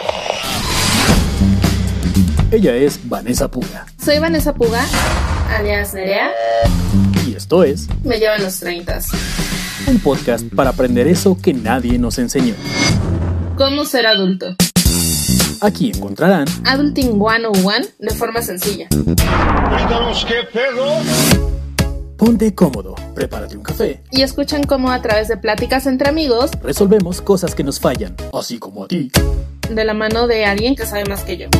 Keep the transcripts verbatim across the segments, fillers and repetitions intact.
Ella es Vanessa Puga. Soy Vanessa Puga, alias Nerea. Y esto es Me llevan los treintas. Un podcast para aprender eso que nadie nos enseñó. ¿Cómo ser adulto? Aquí encontrarán Adulting ciento uno de forma sencilla. Cuéntanos qué pedo. Ponte cómodo, prepárate un café Y escuchan cómo a través de pláticas entre amigos resolvemos cosas que nos fallan, así como a ti, de la mano de alguien que sabe más que yo.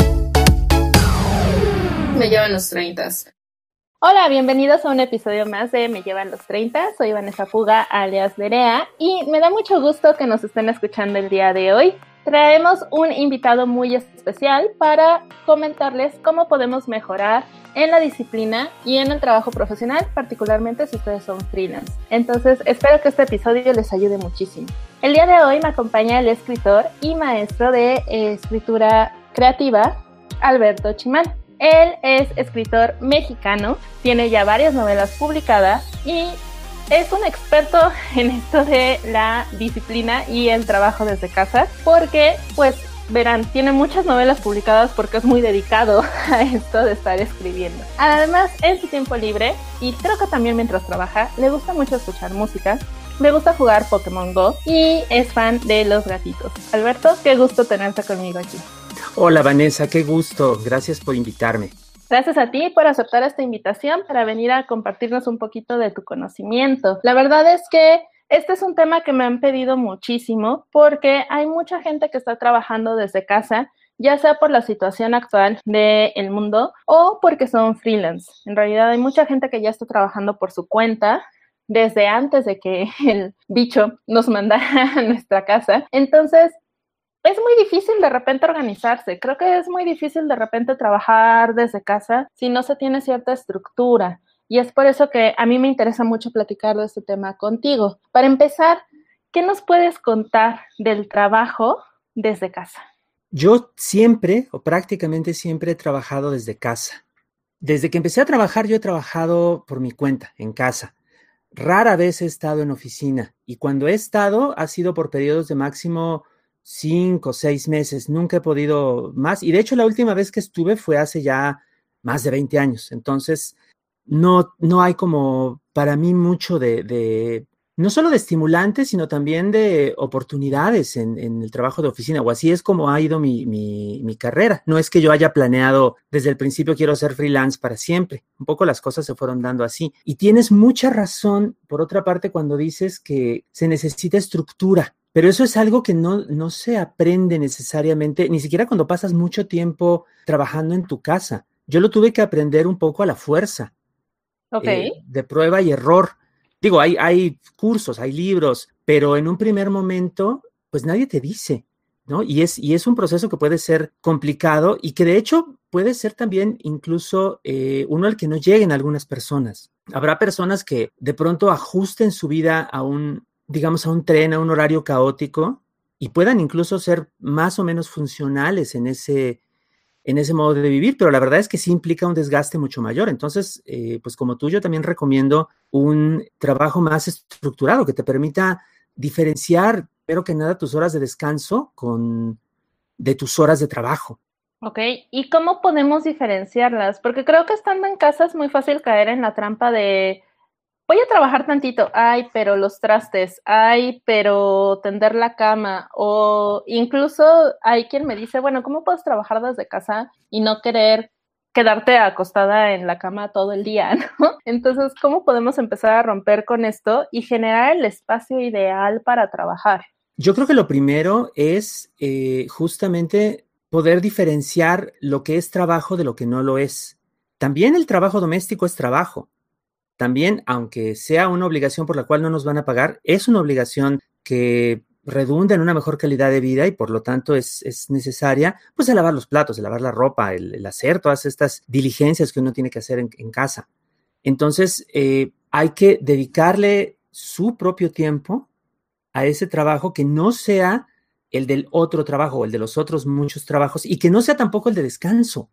Me llevan los treintas. Hola, bienvenidos a un episodio más de Me llevan los treinta. Soy Vanessa Puga, alias Nerea, y me da mucho gusto que nos estén escuchando el día de hoy. Traemos un invitado muy especial para comentarles cómo podemos mejorar en la disciplina y en el trabajo profesional, particularmente si ustedes son freelance. Entonces, espero que este episodio les ayude muchísimo. El día de hoy me acompaña el escritor y maestro de eh, escritura creativa, Alberto Chimal. Él es escritor mexicano, tiene ya varias novelas publicadas y es un experto en esto de la disciplina y el trabajo desde casa, porque, pues, verán, tiene muchas novelas publicadas porque es muy dedicado a esto de estar escribiendo. Además, en su tiempo libre, y creo que también mientras trabaja, le gusta mucho escuchar música, le gusta jugar Pokémon Go y es fan de los gatitos. Alberto, qué gusto tenerte conmigo aquí. Hola Vanessa, qué gusto, gracias por invitarme. Gracias a ti por aceptar esta invitación para venir a compartirnos un poquito de tu conocimiento. La verdad es que este es un tema que me han pedido muchísimo porque hay mucha gente que está trabajando desde casa, ya sea por la situación actual del mundo o porque son freelance. En realidad hay mucha gente que ya está trabajando por su cuenta desde antes de que el bicho nos mandara a nuestra casa. Entonces, es muy difícil de repente organizarse. Creo que es muy difícil de repente trabajar desde casa si no se tiene cierta estructura. Y es por eso que a mí me interesa mucho platicar de este tema contigo. Para empezar, ¿qué nos puedes contar del trabajo desde casa? Yo siempre, o prácticamente siempre, he trabajado desde casa. Desde que empecé a trabajar, yo he trabajado por mi cuenta, en casa. Rara vez he estado en oficina. Y cuando he estado, ha sido por periodos de máximo cinco o seis meses. Nunca he podido más. Y de hecho, la última vez que estuve fue hace ya más de veinte años. Entonces, no, no hay como para mí mucho de, de no solo de estimulantes, sino también de oportunidades en, en el trabajo de oficina, o así es como ha ido mi, mi, mi carrera. No es que yo haya planeado desde el principio quiero ser freelance para siempre. Un poco las cosas se fueron dando así. Y tienes mucha razón, por otra parte, cuando dices que se necesita estructura. Pero eso es algo que no, no se aprende necesariamente, ni siquiera cuando pasas mucho tiempo trabajando en tu casa. Yo lo tuve que aprender un poco a la fuerza. Okay. Eh, de prueba y error. Digo, hay, hay cursos, hay libros, pero en un primer momento, pues nadie te dice, ¿no? Y es, y es un proceso que puede ser complicado y que de hecho puede ser también incluso eh, uno al que no lleguen algunas personas. Habrá personas que de pronto ajusten su vida a un, digamos, a un tren, a un horario caótico y puedan incluso ser más o menos funcionales en ese en ese modo de vivir, pero la verdad es que sí implica un desgaste mucho mayor. Entonces, eh, pues como tú, yo también recomiendo un trabajo más estructurado que te permita diferenciar, primero que nada, tus horas de descanso con de tus horas de trabajo. Ok, ¿y cómo podemos diferenciarlas? Porque creo que estando en casa es muy fácil caer en la trampa de voy a trabajar tantito, ay, pero los trastes, ay, pero tender la cama, o incluso hay quien me dice, bueno, ¿cómo puedes trabajar desde casa y no querer quedarte acostada en la cama todo el día, ¿no? Entonces, ¿cómo podemos empezar a romper con esto y generar el espacio ideal para trabajar? Yo creo que lo primero es eh, justamente poder diferenciar lo que es trabajo de lo que no lo es. También el trabajo doméstico es trabajo. También, aunque sea una obligación por la cual no nos van a pagar, es una obligación que redunda en una mejor calidad de vida y por lo tanto es, es necesaria, pues el lavar los platos, el lavar la ropa, el, el hacer todas estas diligencias que uno tiene que hacer en, en casa. Entonces, eh, hay que dedicarle su propio tiempo a ese trabajo que no sea el del otro trabajo o el de los otros muchos trabajos y que no sea tampoco el de descanso.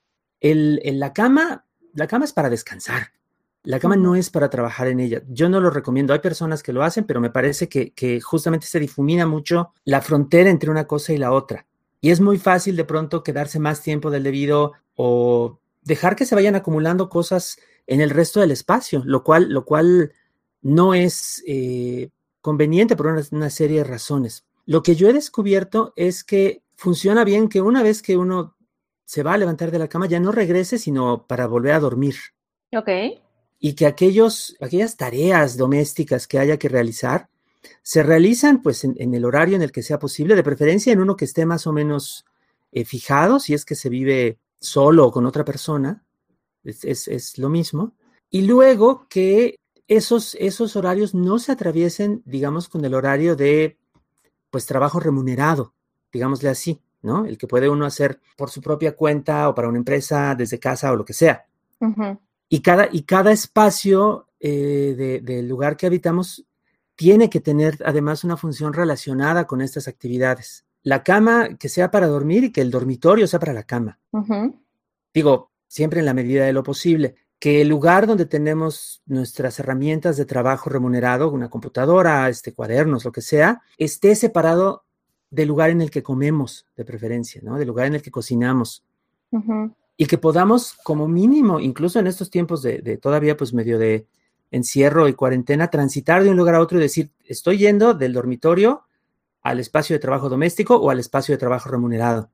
El, el, la cama, la cama es para descansar. La cama no es para trabajar en ella. Yo no lo recomiendo. Hay personas que lo hacen, pero me parece que, que justamente se difumina mucho la frontera entre una cosa y la otra. Y es muy fácil de pronto quedarse más tiempo del debido o dejar que se vayan acumulando cosas en el resto del espacio, lo cual, lo cual no es eh, conveniente por una, una serie de razones. Lo que yo he descubierto es que funciona bien que una vez que uno se va a levantar de la cama ya no regrese, sino para volver a dormir. Ok. Y que aquellos, aquellas tareas domésticas que haya que realizar se realizan pues en, en el horario en el que sea posible, de preferencia en uno que esté más o menos eh, fijado, si es que se vive solo o con otra persona, es, es, es lo mismo. Y luego que esos, esos horarios no se atraviesen, digamos, con el horario de pues trabajo remunerado, digámosle así, ¿no? El que puede uno hacer por su propia cuenta o para una empresa desde casa o lo que sea. Uh-huh. Y cada, y cada espacio eh, de, del lugar que habitamos tiene que tener además una función relacionada con estas actividades. La cama que sea para dormir y que el dormitorio sea para la cama. Uh-huh. Digo, siempre en la medida de lo posible. Que el lugar donde tenemos nuestras herramientas de trabajo remunerado, una computadora, este, cuadernos, lo que sea, esté separado del lugar en el que comemos, de preferencia, ¿no? Del lugar en el que cocinamos. Uh-huh. Y que podamos, como mínimo, incluso en estos tiempos de, de todavía pues medio de encierro y cuarentena, transitar de un lugar a otro y decir, estoy yendo del dormitorio al espacio de trabajo doméstico o al espacio de trabajo remunerado.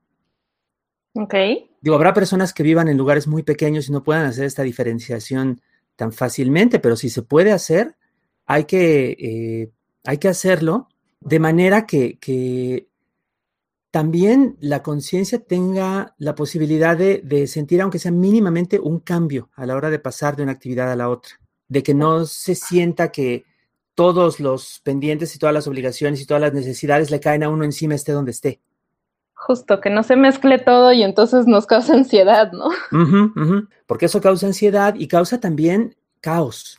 Ok. Digo, habrá personas que vivan en lugares muy pequeños y no puedan hacer esta diferenciación tan fácilmente, pero si se puede hacer, hay que, eh, hay que hacerlo de manera que, que también la conciencia tenga la posibilidad de, de sentir, aunque sea mínimamente, un cambio a la hora de pasar de una actividad a la otra, de que no se sienta que todos los pendientes y todas las obligaciones y todas las necesidades le caen a uno encima, esté donde esté. Justo, que no se mezcle todo y entonces nos causa ansiedad, ¿no? Uh-huh, uh-huh. Porque eso causa ansiedad y causa también caos,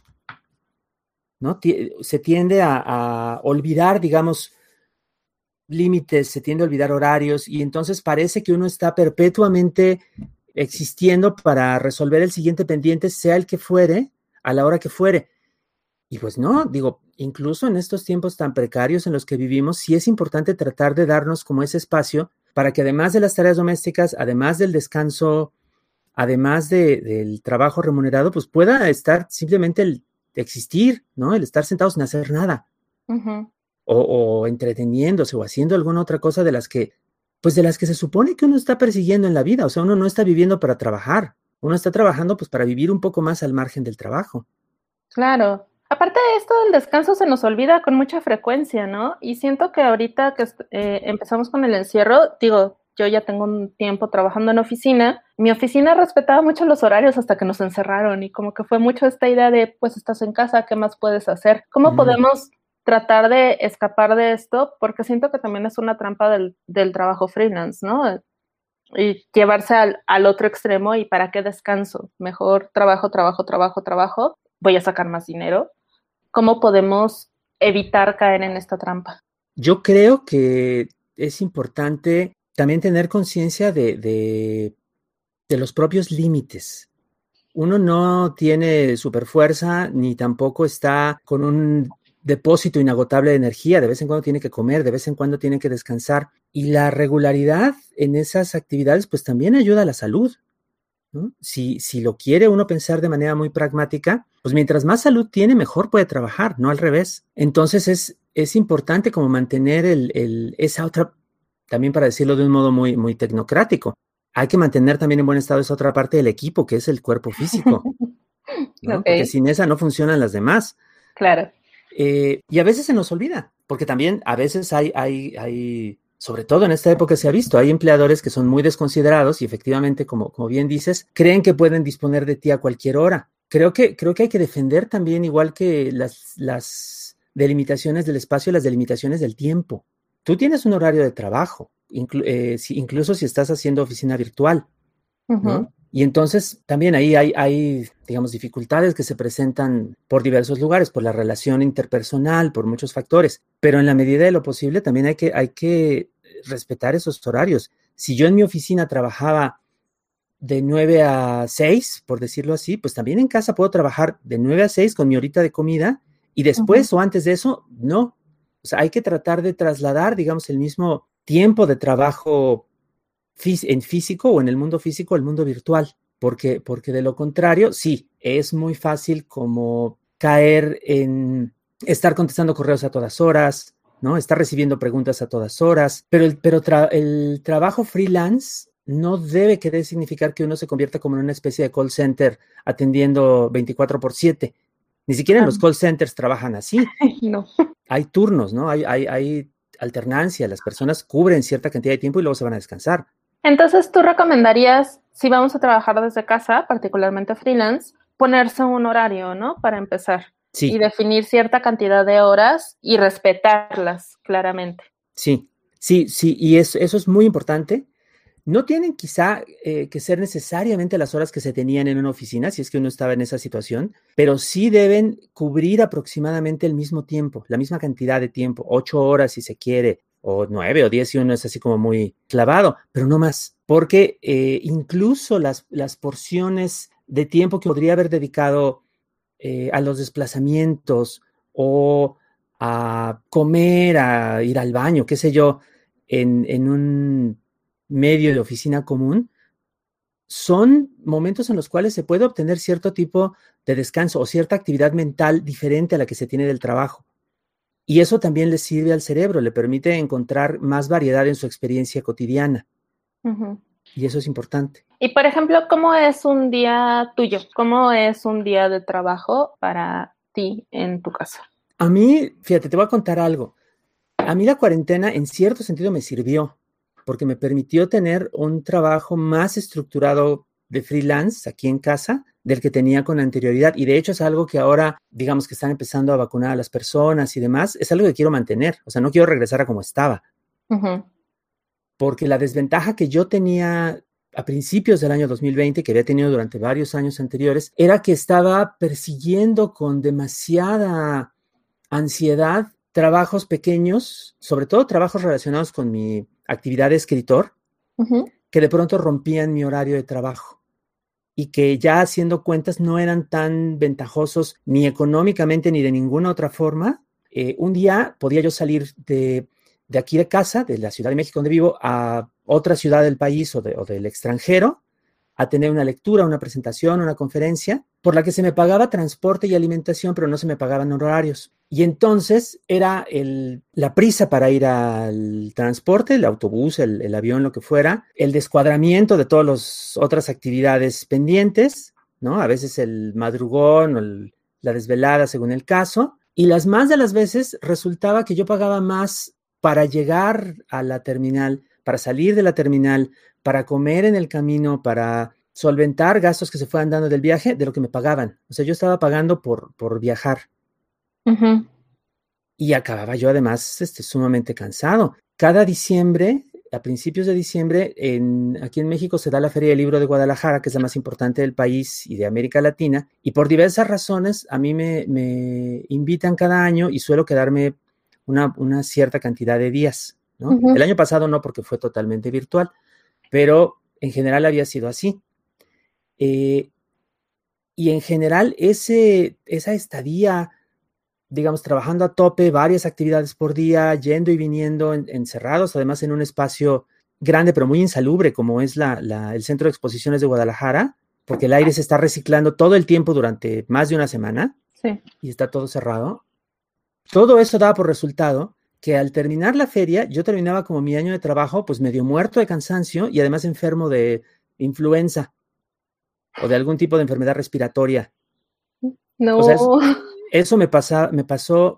¿no? Se tiende a, a olvidar, digamos, límites, se tiende a olvidar horarios y entonces parece que uno está perpetuamente existiendo para resolver el siguiente pendiente, sea el que fuere, a la hora que fuere. Y pues no, digo, incluso en estos tiempos tan precarios en los que vivimos, sí es importante tratar de darnos como ese espacio para que además de las tareas domésticas, además del descanso, además de, del trabajo remunerado, pues pueda estar simplemente el existir, ¿no? El estar sentados sin hacer nada. Uh-huh. O, o entreteniéndose o haciendo alguna otra cosa de las que, pues de las que se supone que uno está persiguiendo en la vida. O sea, uno no está viviendo para trabajar. Uno está trabajando pues para vivir un poco más al margen del trabajo. Claro. Aparte de esto, el descanso se nos olvida con mucha frecuencia, ¿no? Y siento que ahorita que eh, empezamos con el encierro, digo, yo ya tengo un tiempo trabajando en oficina, mi oficina respetaba mucho los horarios hasta que nos encerraron y como que fue mucho esta idea de, pues estás en casa, ¿qué más puedes hacer? ¿Cómo mm. podemos tratar de escapar de esto? Porque siento que también es una trampa del, del trabajo freelance, ¿no? Y llevarse al, al otro extremo y ¿para qué descanso? Mejor trabajo, trabajo, trabajo, trabajo, voy a sacar más dinero. ¿Cómo podemos evitar caer en esta trampa? Yo creo que es importante también tener conciencia de, de, de los propios límites. Uno no tiene superfuerza ni tampoco está con un depósito inagotable de energía. De vez en cuando tiene que comer, de vez en cuando tiene que descansar. Y la regularidad en esas actividades pues también ayuda a la salud, ¿no? Si, si lo quiere uno pensar de manera muy pragmática, pues mientras más salud tiene, mejor puede trabajar, no al revés. Entonces es, es importante como mantener el, el, esa otra, también para decirlo de un modo muy, muy tecnocrático, hay que mantener también en buen estado esa otra parte del equipo, que es el cuerpo físico, ¿no? Okay. Porque sin esa no funcionan las demás. Claro. Eh, y a veces se nos olvida, porque también a veces hay, hay, hay, sobre todo en esta época se ha visto, hay empleadores que son muy desconsiderados y efectivamente, como, como bien dices, creen que pueden disponer de ti a cualquier hora. Creo que, creo que hay que defender también, igual que las, las delimitaciones del espacio, las delimitaciones del tiempo. Tú tienes un horario de trabajo, inclu- eh, si, incluso si estás haciendo oficina virtual, uh-huh. ¿no? Y entonces también ahí hay, hay, digamos, dificultades que se presentan por diversos lugares, por la relación interpersonal, por muchos factores. Pero en la medida de lo posible también hay que, hay que respetar esos horarios. Si yo en mi oficina trabajaba de nueve a seis, por decirlo así, pues también en casa puedo trabajar de nueve a seis con mi horita de comida y después uh-huh. o antes de eso, no. O sea, hay que tratar de trasladar, digamos, el mismo tiempo de trabajo fí- en físico o en el mundo físico, el mundo virtual, porque, porque de lo contrario, sí, es muy fácil como caer en estar contestando correos a todas horas, ¿no? Estar recibiendo preguntas a todas horas, pero el, pero tra- el trabajo freelance no debe querer significar que uno se convierta como en una especie de call center atendiendo veinticuatro por siete. Ni siquiera en los call centers trabajan así. No. Hay turnos, ¿no? Hay, hay, hay alternancia. Las personas cubren cierta cantidad de tiempo y luego se van a descansar. Entonces, ¿tú recomendarías, si vamos a trabajar desde casa, particularmente freelance, ponerse un horario, ¿no? Para empezar. Sí. Y definir cierta cantidad de horas y respetarlas claramente. Sí, sí, sí. Y es, eso es muy importante. No tienen quizá eh, que ser necesariamente las horas que se tenían en una oficina, si es que uno estaba en esa situación, pero sí deben cubrir aproximadamente el mismo tiempo, la misma cantidad de tiempo, ocho horas si se quiere, o nueve o diez si uno es así como muy clavado, pero no más, porque eh, incluso las, las porciones de tiempo que podría haber dedicado eh, a los desplazamientos o a comer, a ir al baño, qué sé yo, en, en un medio de oficina común, son momentos en los cuales se puede obtener cierto tipo de descanso o cierta actividad mental diferente a la que se tiene del trabajo. Y eso también le sirve al cerebro, le permite encontrar más variedad en su experiencia cotidiana. Uh-huh. Y eso es importante. Y, por ejemplo, ¿cómo es un día tuyo? ¿Cómo es un día de trabajo para ti en tu casa? A mí, fíjate, te voy a contar algo. A mí la cuarentena en cierto sentido me sirvió, porque me permitió tener un trabajo más estructurado de freelance aquí en casa del que tenía con anterioridad. Y de hecho es algo que ahora, digamos que están empezando a vacunar a las personas y demás, es algo que quiero mantener. O sea, no quiero regresar a como estaba. Uh-huh. Porque la desventaja que yo tenía a principios del año dos mil veinte, que había tenido durante varios años anteriores, era que estaba persiguiendo con demasiada ansiedad trabajos pequeños, sobre todo trabajos relacionados con mi actividad de escritor, uh-huh. que de pronto rompían mi horario de trabajo y que ya haciendo cuentas no eran tan ventajosos ni económicamente ni de ninguna otra forma. Eh, un día podía yo salir de, de aquí de casa, de la Ciudad de México donde vivo, a otra ciudad del país o, de, o del extranjero, a tener una lectura, una presentación, una conferencia, por la que se me pagaba transporte y alimentación, pero no se me pagaban horarios. Y entonces era el, la prisa para ir al transporte, el autobús, el, el avión, lo que fuera, el descuadramiento de todas las otras actividades pendientes, ¿no? A veces el madrugón o el, la desvelada, según el caso. Y las más de las veces resultaba que yo pagaba más para llegar a la terminal, para salir de la terminal, para comer en el camino, para solventar gastos que se fueran dando del viaje, de lo que me pagaban. O sea, yo estaba pagando por, por viajar. Uh-huh. Y acababa yo además este, sumamente cansado. Cada diciembre, a principios de diciembre, en, aquí en México se da la Feria del Libro de Guadalajara, que es la más importante del país y de América Latina, y por diversas razones a mí me, me invitan cada año y suelo quedarme una, una cierta cantidad de días, ¿no? Uh-huh. El año pasado no, porque fue totalmente virtual, pero en general había sido así. Eh, y en general ese, esa estadía, digamos, trabajando a tope, varias actividades por día, yendo y viniendo, en, encerrados, además en un espacio grande pero muy insalubre como es la, la, el Centro de Exposiciones de Guadalajara, porque el aire se está reciclando todo el tiempo durante más de una semana. Sí. Y está todo cerrado. Todo eso daba por resultado que al terminar la feria, yo terminaba como mi año de trabajo, pues medio muerto de cansancio y además enfermo de influenza o de algún tipo de enfermedad respiratoria. No. O sea, es, eso me, pasa, me pasó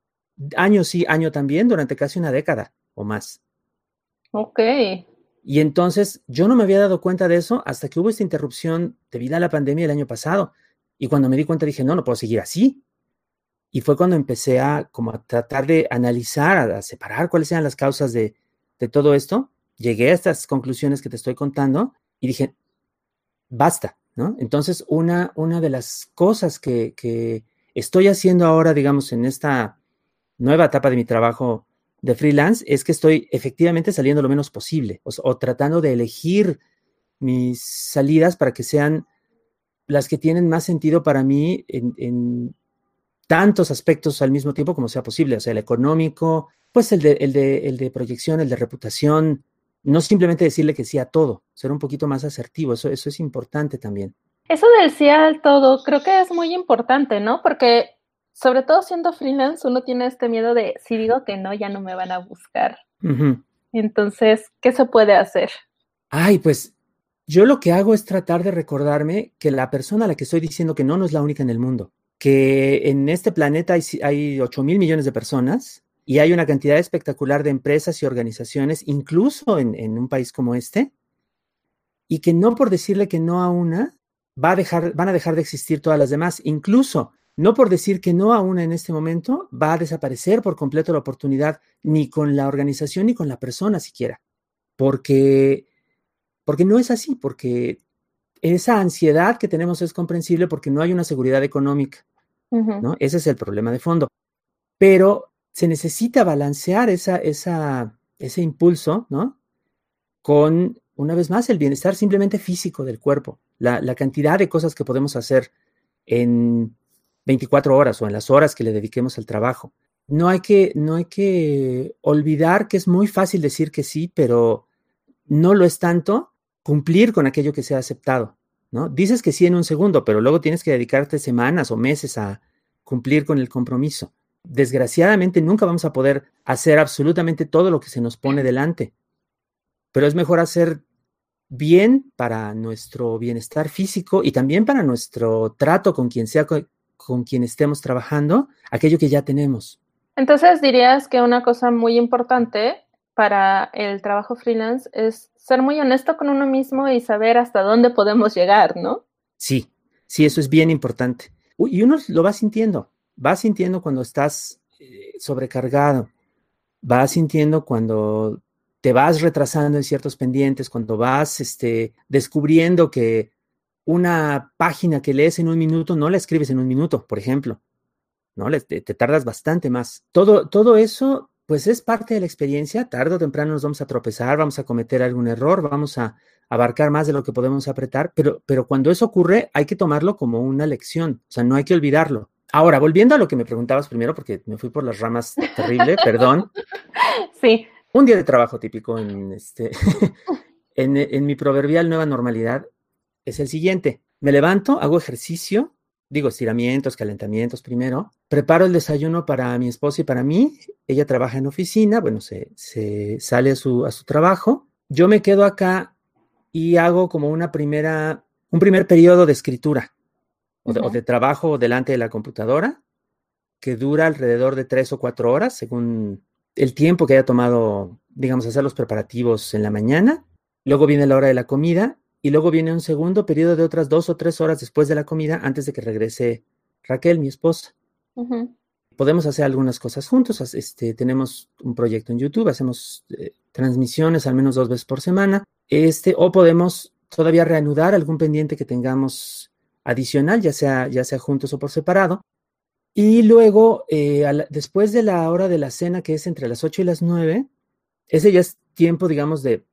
año sí, año también, durante casi una década o más. Ok. Y entonces yo no me había dado cuenta de eso hasta que hubo esta interrupción debido a la pandemia el año pasado. Y cuando me di cuenta dije, no, no puedo seguir así. Y fue cuando empecé a, como a tratar de analizar, a, a separar cuáles eran las causas de, de todo esto. Llegué a estas conclusiones que te estoy contando y dije, basta, ¿no? Entonces, una, una de las cosas que, que estoy haciendo ahora, digamos, en esta nueva etapa de mi trabajo de freelance, es que estoy efectivamente saliendo lo menos posible o, o tratando de elegir mis salidas para que sean las que tienen más sentido para mí en, en tantos aspectos al mismo tiempo como sea posible, o sea, el económico, pues el de, el de, el de proyección, el de reputación, No simplemente decirle que sí a todo, ser un poquito más asertivo, eso, eso es importante también. Eso del sí al todo creo que es muy importante, ¿no? Porque sobre todo siendo freelance, uno tiene este miedo de si digo que no, ya no me van a buscar. Uh-huh. Entonces, ¿qué se puede hacer? Ay, pues yo lo que hago es tratar de recordarme que la persona a la que estoy diciendo que no no es la única en el mundo, que en este planeta hay, hay ocho mil millones de personas y hay una cantidad espectacular de empresas y organizaciones, incluso en, en un país como este, y que no por decirle que no a una, va a dejar, van a dejar de existir todas las demás. Incluso, no por decir que no a una en este momento, va a desaparecer por completo la oportunidad, ni con la organización ni con la persona siquiera. Porque, porque no es así, porque esa ansiedad que tenemos es comprensible porque no hay una seguridad económica, uh-huh. ¿no? Ese es el problema de fondo. Pero se necesita balancear esa, esa, ese impulso, ¿no? Con, una vez más, el bienestar simplemente físico del cuerpo, la, la cantidad de cosas que podemos hacer en veinticuatro horas o en las horas que le dediquemos al trabajo. No hay que, no hay que olvidar que es muy fácil decir que sí, pero no lo es tanto cumplir con aquello que se ha aceptado, ¿no? Dices que sí en un segundo, pero luego tienes que dedicarte semanas o meses a cumplir con el compromiso. Desgraciadamente nunca vamos a poder hacer absolutamente todo lo que se nos pone delante, pero es mejor hacer bien para nuestro bienestar físico y también para nuestro trato con quien sea con, con quien estemos trabajando, aquello que ya tenemos. Entonces dirías que una cosa muy importante para el trabajo freelance es ser muy honesto con uno mismo y saber hasta dónde podemos llegar, ¿no? Sí, sí, eso es bien importante. Y uno lo va sintiendo, va sintiendo cuando estás eh, sobrecargado, va sintiendo cuando te vas retrasando en ciertos pendientes, cuando vas este, descubriendo que una página que lees en un minuto no la escribes en un minuto, por ejemplo, ¿no? Te, te tardas bastante más. Todo, todo eso, pues es parte de la experiencia. Tarde o temprano nos vamos a tropezar, vamos a cometer algún error, vamos a abarcar más de lo que podemos apretar, pero, pero cuando eso ocurre hay que tomarlo como una lección, o sea, no hay que olvidarlo. Ahora, volviendo a lo que me preguntabas primero, porque me fui por las ramas terrible, perdón. Sí. Un día de trabajo típico en, este, en, en mi proverbial nueva normalidad es el siguiente. Me levanto, hago ejercicio, digo estiramientos, calentamientos primero, preparo el desayuno para mi esposa y para mí, ella trabaja en oficina, bueno, se, se sale a su, a su trabajo, yo me quedo acá y hago como una primera, un primer periodo de escritura o de, uh-huh. o de trabajo delante de la computadora que dura alrededor de tres o cuatro horas según el tiempo que haya tomado, digamos, hacer los preparativos en la mañana. Luego viene la hora de la comida y luego viene un segundo periodo de otras dos o tres horas después de la comida antes de que regrese Raquel, mi esposa. Uh-huh. Podemos hacer algunas cosas juntos. Este, tenemos un proyecto en YouTube, hacemos eh, transmisiones al menos dos veces por semana. Este, o podemos todavía reanudar algún pendiente que tengamos adicional, ya sea, ya sea juntos o por separado. Y luego, eh, a la, después de la hora de la cena, que es entre las ocho y las nueve, ese ya es tiempo, digamos, de,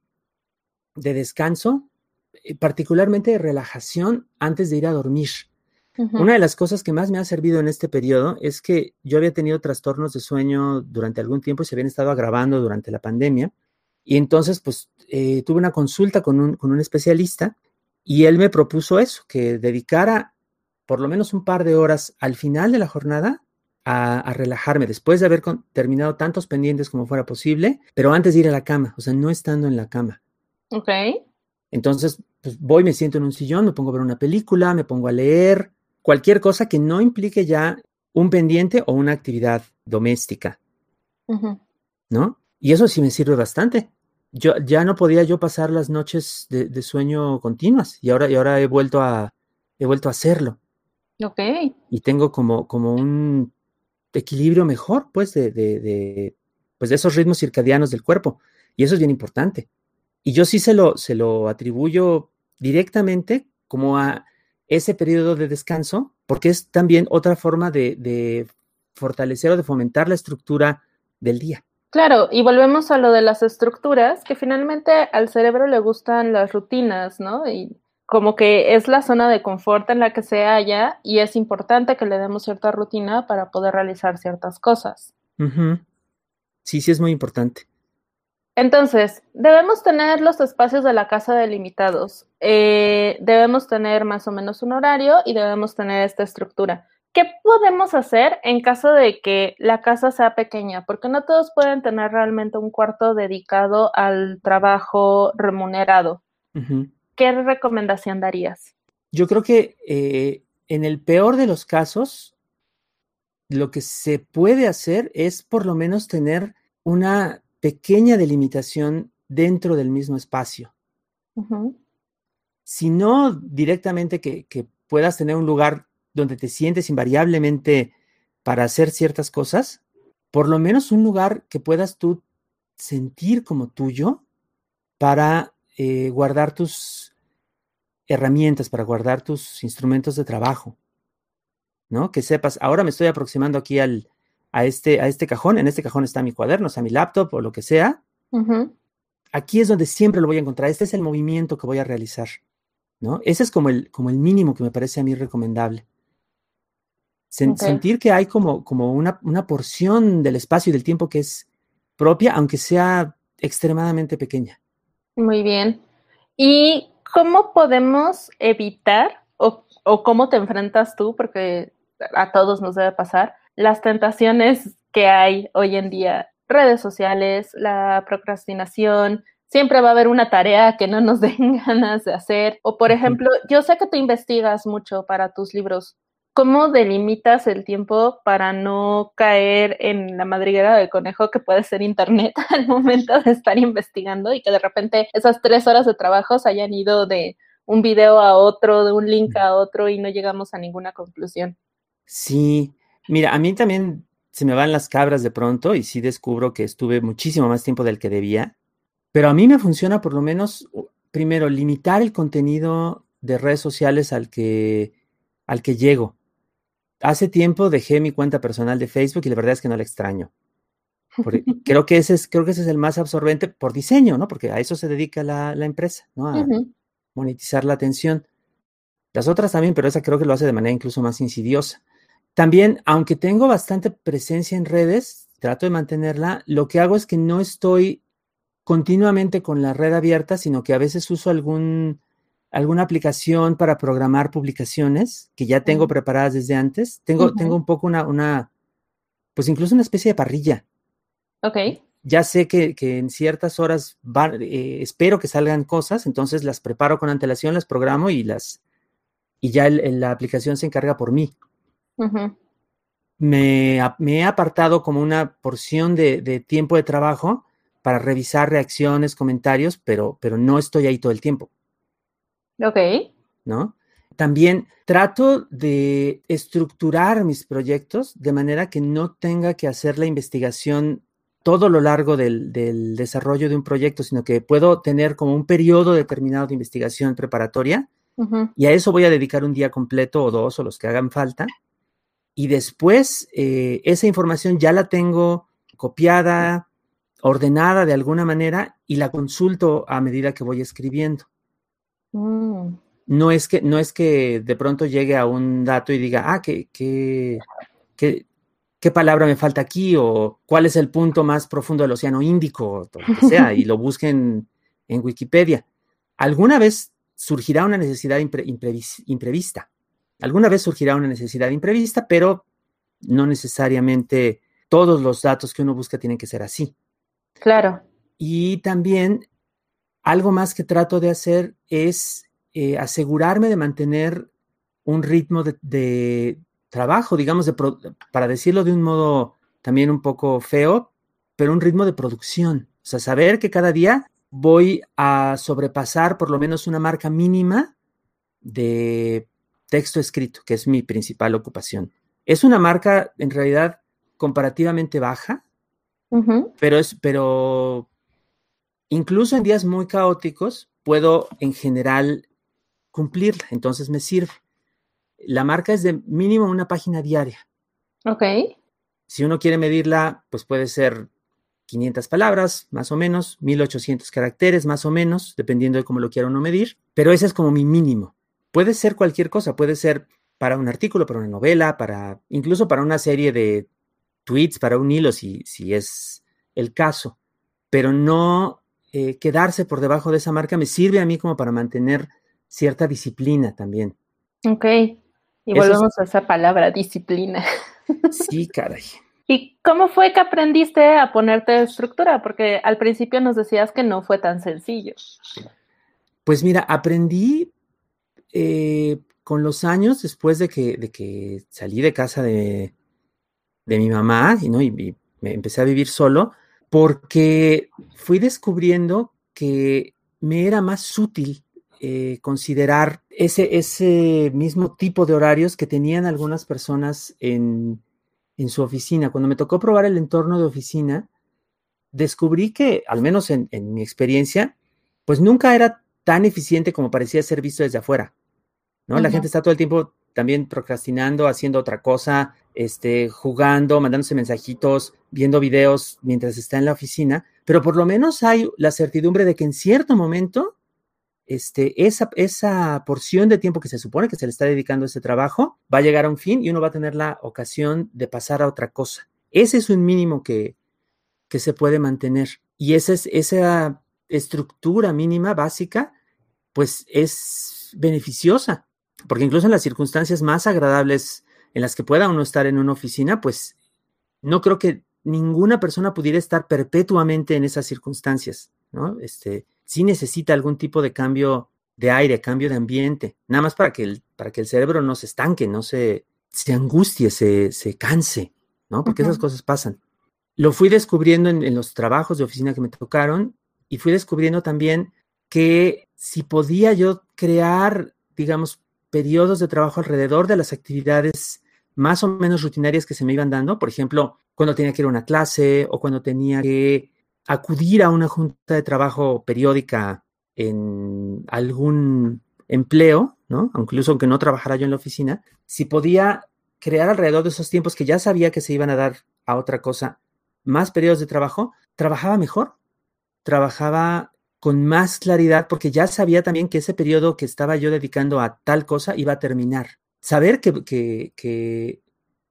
de descanso, eh, particularmente de relajación antes de ir a dormir. Uh-huh. Una de las cosas que más me ha servido en este periodo es que yo había tenido trastornos de sueño durante algún tiempo y se habían estado agravando durante la pandemia. Y entonces, pues, eh, tuve una consulta con un, con un especialista y él me propuso eso, que dedicara por lo menos un par de horas al final de la jornada a, a relajarme después de haber con, terminado tantos pendientes como fuera posible, pero antes de ir a la cama, o sea, no estando en la cama. Ok. Entonces, pues voy, me siento en un sillón, me pongo a ver una película, me pongo a leer, cualquier cosa que no implique ya un pendiente o una actividad doméstica, uh-huh. ¿no? Y eso sí me sirve bastante. Yo ya no podía yo pasar las noches de, de sueño continuas y ahora, y ahora he vuelto a, he vuelto a hacerlo. Okay. Y tengo como, como un equilibrio mejor, pues, de, de, de, pues, de esos ritmos circadianos del cuerpo. Y eso es bien importante. Y yo sí se lo, se lo atribuyo directamente como a ese periodo de descanso, porque es también otra forma de, de fortalecer o de fomentar la estructura del día. Claro, y volvemos a lo de las estructuras, que finalmente al cerebro le gustan las rutinas, ¿no? Y como que es la zona de confort en la que se halla y es importante que le demos cierta rutina para poder realizar ciertas cosas. Uh-huh. Sí, sí es muy importante. Entonces, debemos tener los espacios de la casa delimitados, eh, debemos tener más o menos un horario y debemos tener esta estructura. ¿Qué podemos hacer en caso de que la casa sea pequeña? Porque no todos pueden tener realmente un cuarto dedicado al trabajo remunerado. Uh-huh. ¿Qué recomendación darías? Yo creo que eh, en el peor de los casos, lo que se puede hacer es por lo menos tener una pequeña delimitación dentro del mismo espacio. Uh-huh. Si no directamente que, que puedas tener un lugar donde te sientes invariablemente para hacer ciertas cosas, por lo menos un lugar que puedas tú sentir como tuyo para eh, guardar tus herramientas, para guardar tus instrumentos de trabajo, ¿no? Que sepas, ahora me estoy aproximando aquí al, a, este, a este cajón, en este cajón está mi cuaderno, está mi laptop o lo que sea. Uh-huh. Aquí es donde siempre lo voy a encontrar, este es el movimiento que voy a realizar, ¿no? Ese es como el, como el mínimo que me parece a mí recomendable. Sen- okay. Sentir que hay como, como una, una porción del espacio y del tiempo que es propia, aunque sea extremadamente pequeña. Muy bien. ¿Y cómo podemos evitar o, o cómo te enfrentas tú, porque a todos nos debe pasar, las tentaciones que hay hoy en día? Redes sociales, la procrastinación, siempre va a haber una tarea que no nos den ganas de hacer. O, por ejemplo, yo sé que tú investigas mucho para tus libros. ¿Cómo delimitas el tiempo para no caer en la madriguera del conejo que puede ser internet al momento de estar investigando y que de repente esas tres horas de trabajo se hayan ido de un video a otro, de un link a otro y no llegamos a ninguna conclusión? Sí, mira, a mí también se me van las cabras de pronto y sí descubro que estuve muchísimo más tiempo del que debía, pero a mí me funciona por lo menos, primero, limitar el contenido de redes sociales al que, al que llego. Hace tiempo dejé mi cuenta personal de Facebook y la verdad es que no la extraño. Porque creo que ese es, creo que ese es el más absorbente por diseño, ¿no? Porque a eso se dedica la, la empresa, ¿no? A uh-huh. monetizar la atención. Las otras también, pero esa creo que lo hace de manera incluso más insidiosa. También, aunque tengo bastante presencia en redes, trato de mantenerla, lo que hago es que no estoy continuamente con la red abierta, sino que a veces uso algún... alguna aplicación para programar publicaciones que ya tengo uh-huh. preparadas desde antes. Tengo, uh-huh. tengo un poco una, una, pues incluso una especie de parrilla. Ok. Ya sé que, que en ciertas horas va, eh, espero que salgan cosas, entonces las preparo con antelación, las programo y las, y ya el, el, la aplicación se encarga por mí. Uh-huh. Me, me he apartado como una porción de, de tiempo de trabajo para revisar reacciones, comentarios, pero, pero no estoy ahí todo el tiempo. Ok. ¿No? También trato de estructurar mis proyectos de manera que no tenga que hacer la investigación todo lo largo del, del desarrollo de un proyecto, sino que puedo tener como un periodo determinado de investigación preparatoria uh-huh. y a eso voy a dedicar un día completo o dos o los que hagan falta. Y después eh, esa información ya la tengo copiada, ordenada de alguna manera y la consulto a medida que voy escribiendo. Mm. No es que, no es que de pronto llegue a un dato y diga, ah, ¿qué, qué, qué, qué palabra me falta aquí? O cuál es el punto más profundo del Océano Índico, o lo que sea, y lo busquen en Wikipedia. Alguna vez surgirá una necesidad impre, imprevis, imprevista. Alguna vez surgirá una necesidad imprevista, pero no necesariamente todos los datos que uno busca tienen que ser así. Claro. Y también algo más que trato de hacer es eh, asegurarme de mantener un ritmo de, de trabajo, digamos, de pro, para decirlo de un modo también un poco feo, pero un ritmo de producción. O sea, saber que cada día voy a sobrepasar por lo menos una marca mínima de texto escrito, que es mi principal ocupación. Es una marca, en realidad, comparativamente baja, uh-huh. pero es, pero incluso en días muy caóticos, puedo en general cumplirla, entonces me sirve. La marca es de mínimo una página diaria. Ok. Si uno quiere medirla, pues puede ser quinientas palabras, más o menos, mil ochocientos caracteres, más o menos, dependiendo de cómo lo quiera uno medir, pero ese es como mi mínimo. Puede ser cualquier cosa, puede ser para un artículo, para una novela, para incluso para una serie de tweets, para un hilo, si, si es el caso. pero no eh, quedarse por debajo de esa marca me sirve a mí como para mantener cierta disciplina también. Ok, y Eso volvemos es- a esa palabra, disciplina. Sí, caray. ¿Y cómo fue que aprendiste a ponerte estructura? Porque al principio nos decías que no fue tan sencillo. Pues mira, aprendí eh, con los años, después de que, de que salí de casa de, de mi mamá, y, ¿no? y, y me empecé a vivir solo, porque fui descubriendo que me era más útil eh, considerar ese, ese mismo tipo de horarios que tenían algunas personas en, en su oficina. Cuando me tocó probar el entorno de oficina, descubrí que, al menos en, en mi experiencia, pues nunca era tan eficiente como parecía ser visto desde afuera, ¿no? La gente Ujú. está todo el tiempo también procrastinando, haciendo otra cosa, este, jugando, mandándose mensajitos, viendo videos mientras está en la oficina, pero por lo menos hay la certidumbre de que en cierto momento, este, esa, esa porción de tiempo que se supone que se le está dedicando a ese trabajo va a llegar a un fin y uno va a tener la ocasión de pasar a otra cosa. Ese es un mínimo que, que se puede mantener. Y esa, es, esa estructura mínima básica, pues es beneficiosa, porque incluso en las circunstancias más agradables en las que pueda uno estar en una oficina, pues no creo que ninguna persona pudiera estar perpetuamente en esas circunstancias, ¿no? Este, sí necesita algún tipo de cambio de aire, cambio de ambiente, nada más para que el, para que el cerebro no se estanque, no se, se angustie, se, se canse, ¿no? Porque esas Ujú. cosas pasan. Lo fui descubriendo en, en los trabajos de oficina que me tocaron y fui descubriendo también que si podía yo crear, digamos, periodos de trabajo alrededor de las actividades más o menos rutinarias que se me iban dando, por ejemplo, cuando tenía que ir a una clase o cuando tenía que acudir a una junta de trabajo periódica en algún empleo, ¿no? Incluso aunque no trabajara yo en la oficina, si podía crear alrededor de esos tiempos que ya sabía que se iban a dar a otra cosa, más periodos de trabajo, trabajaba mejor, trabajaba con más claridad porque ya sabía también que ese periodo que estaba yo dedicando a tal cosa iba a terminar. Saber que, que, que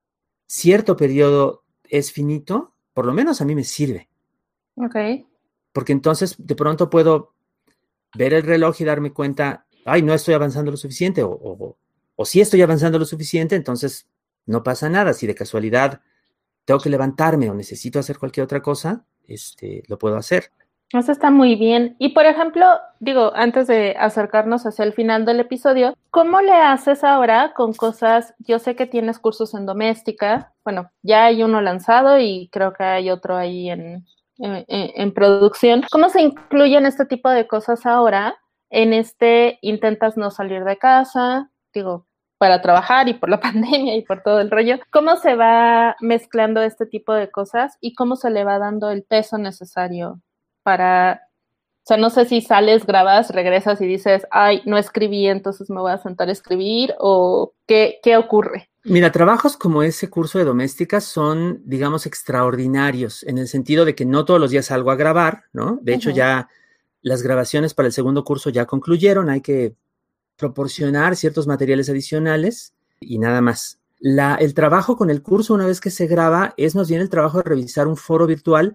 cierto periodo es finito, por lo menos a mí me sirve, Ok. porque entonces de pronto puedo ver el reloj y darme cuenta, ay, no estoy avanzando lo suficiente, o, o, o sí estoy avanzando lo suficiente, entonces no pasa nada. Si de casualidad tengo que levantarme o necesito hacer cualquier otra cosa, este, lo puedo hacer. Eso está muy bien. Y por ejemplo, digo, antes de acercarnos hacia el final del episodio, ¿cómo le haces ahora con cosas? Yo sé que tienes cursos en doméstica, bueno, ya hay uno lanzado y creo que hay otro ahí en, en, en producción. ¿Cómo se incluyen este tipo de cosas ahora en este intentas no salir de casa? Digo, para trabajar y por la pandemia y por todo el rollo. ¿Cómo se va mezclando este tipo de cosas y cómo se le va dando el peso necesario para, o sea, no sé si sales, grabas, regresas y dices, ay, no escribí, entonces me voy a sentar a escribir, o qué, qué ocurre? Mira, trabajos como ese curso de doméstica son, digamos, extraordinarios, en el sentido de que no todos los días salgo a grabar, ¿no? De hecho, Uh-huh. ya las grabaciones para el segundo curso ya concluyeron, hay que proporcionar ciertos materiales adicionales y nada más. La, el trabajo con el curso, una vez que se graba, es más bien el trabajo de revisar un foro virtual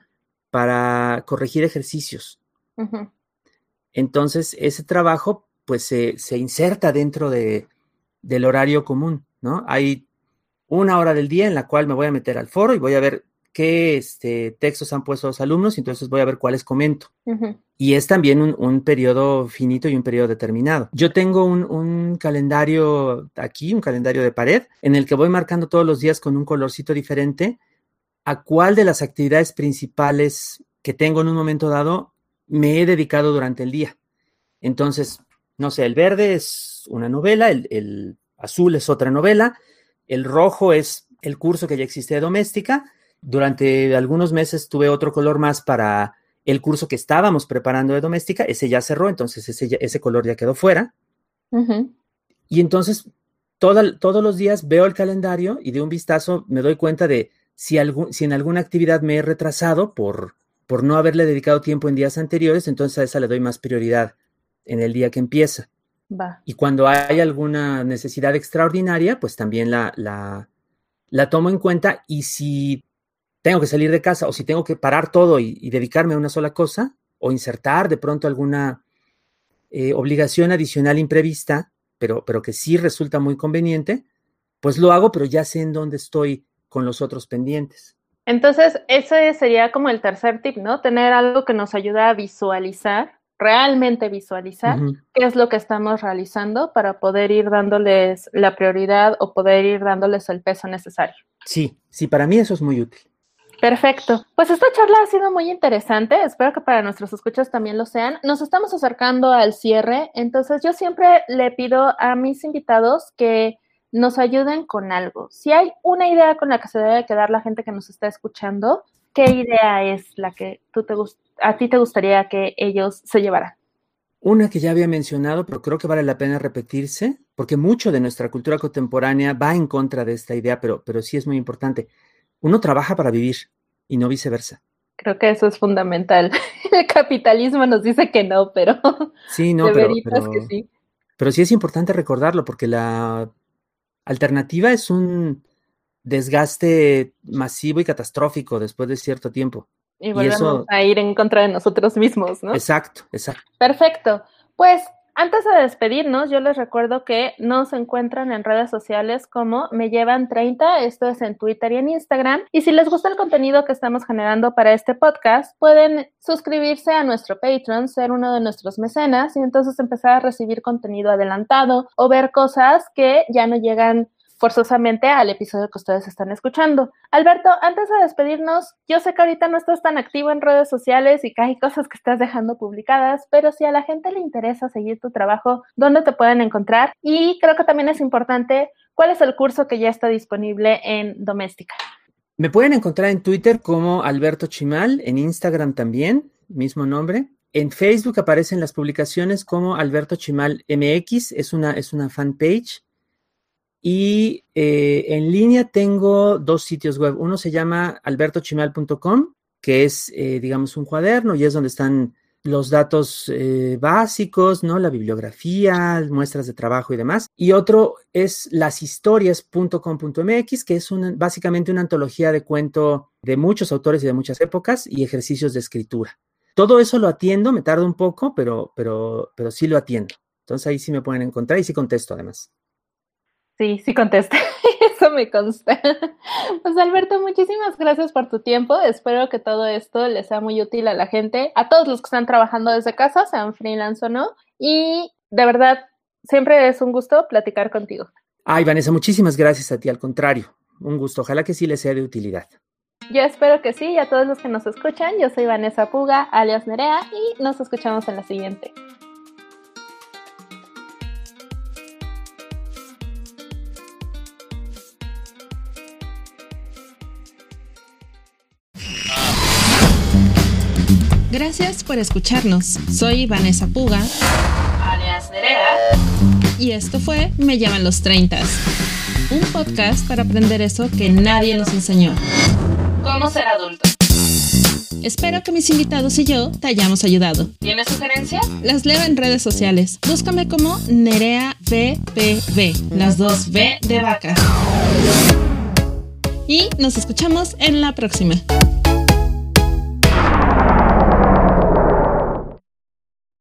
para corregir ejercicios. Uh-huh. Entonces, ese trabajo, pues, se, se inserta dentro de, del horario común, ¿no? Hay una hora del día en la cual me voy a meter al foro y voy a ver qué este, textos han puesto los alumnos y entonces voy a ver cuáles comento. Uh-huh. Y es también un, un periodo finito y un periodo determinado. Yo tengo un, un calendario aquí, un calendario de pared, en el que voy marcando todos los días con un colorcito diferente a cuál de las actividades principales que tengo en un momento dado me he dedicado durante el día. Entonces, no sé, el verde es una novela, el, el azul es otra novela, el rojo es el curso que ya existe de doméstica. Durante algunos meses tuve otro color más para el curso que estábamos preparando de doméstica, ese ya cerró, entonces ese, ya, ese color ya quedó fuera. Uh-huh. Y entonces toda, todos los días veo el calendario y de un vistazo me doy cuenta de si, algún, si en alguna actividad me he retrasado por, por no haberle dedicado tiempo en días anteriores, entonces a esa le doy más prioridad en el día que empieza. Va. Y cuando hay alguna necesidad extraordinaria, pues también la, la, la tomo en cuenta. Y si tengo que salir de casa o si tengo que parar todo y, y dedicarme a una sola cosa o insertar de pronto alguna eh, obligación adicional imprevista, pero, pero que sí resulta muy conveniente, pues lo hago, pero ya sé en dónde estoy con los otros pendientes. Entonces, ese sería como el tercer tip, ¿no? Tener algo que nos ayude a visualizar, realmente visualizar uh-huh. qué es lo que estamos realizando para poder ir dándoles la prioridad o poder ir dándoles el peso necesario. Sí, sí, para mí eso es muy útil. Perfecto. Pues esta charla ha sido muy interesante. Espero que para nuestros escuchas también lo sean. Nos estamos acercando al cierre, entonces yo siempre le pido a mis invitados que nos ayuden con algo. Si hay una idea con la que se debe quedar la gente que nos está escuchando, ¿qué idea es la que tú te gust- a ti te gustaría que ellos se llevaran? Una que ya había mencionado, pero creo que vale la pena repetirse, porque mucho de nuestra cultura contemporánea va en contra de esta idea, pero, pero sí es muy importante. Uno trabaja para vivir y no viceversa. Creo que eso es fundamental. El capitalismo nos dice que no, pero sí, no, de pero, veritas pero, que sí. Pero sí es importante recordarlo, porque la alternativa es un desgaste masivo y catastrófico después de cierto tiempo. Y volvemos y eso... a ir en contra de nosotros mismos, ¿no? Exacto, exacto. Perfecto. Pues antes de despedirnos, yo les recuerdo que nos encuentran en redes sociales como Me Llevan treinta, esto es en Twitter y en Instagram. Y si les gusta el contenido que estamos generando para este podcast, pueden suscribirse a nuestro Patreon, ser uno de nuestros mecenas y entonces empezar a recibir contenido adelantado o ver cosas que ya no llegan forzosamente al episodio que ustedes están escuchando. Alberto, antes de despedirnos, yo sé que ahorita no estás tan activo en redes sociales y que hay cosas que estás dejando publicadas, pero si a la gente le interesa seguir tu trabajo, ¿dónde te pueden encontrar? Y creo que también es importante, ¿cuál es el curso que ya está disponible en Doméstica? Me pueden encontrar en Twitter como Alberto Chimal, en Instagram también, mismo nombre. En Facebook aparecen las publicaciones como Alberto Chimal M X, es una, es una fanpage. Y eh, en línea tengo dos sitios web. Uno se llama alberto chimal punto com, que es, eh, digamos, un cuaderno y es donde están los datos eh, básicos, ¿no? La bibliografía, muestras de trabajo y demás. Y otro es las historias punto com punto m x, que es una, básicamente una antología de cuento de muchos autores y de muchas épocas y ejercicios de escritura. Todo eso lo atiendo, me tarda un poco, pero, pero, pero sí lo atiendo. Entonces ahí sí me pueden encontrar y sí contesto además. Sí, sí contesta, eso me consta. Pues Alberto, muchísimas gracias por tu tiempo, espero que todo esto les sea muy útil a la gente, a todos los que están trabajando desde casa, sean freelance o no, y de verdad, siempre es un gusto platicar contigo. Ay, Vanessa, muchísimas gracias a ti, al contrario, un gusto, ojalá que sí les sea de utilidad. Yo espero que sí, y a todos los que nos escuchan, yo soy Vanessa Puga, alias Nerea, y nos escuchamos en la siguiente. Gracias por escucharnos. Soy Vanessa Puga, alias Nerea, y esto fue Me Llevan los treinta, un podcast para aprender eso que nadie nos enseñó. ¿Cómo ser adulto? Espero que mis invitados y yo te hayamos ayudado. ¿Tienes sugerencias? Las leo en redes sociales. Búscame como Nerea V P V, las dos V de vaca. Y nos escuchamos en la próxima.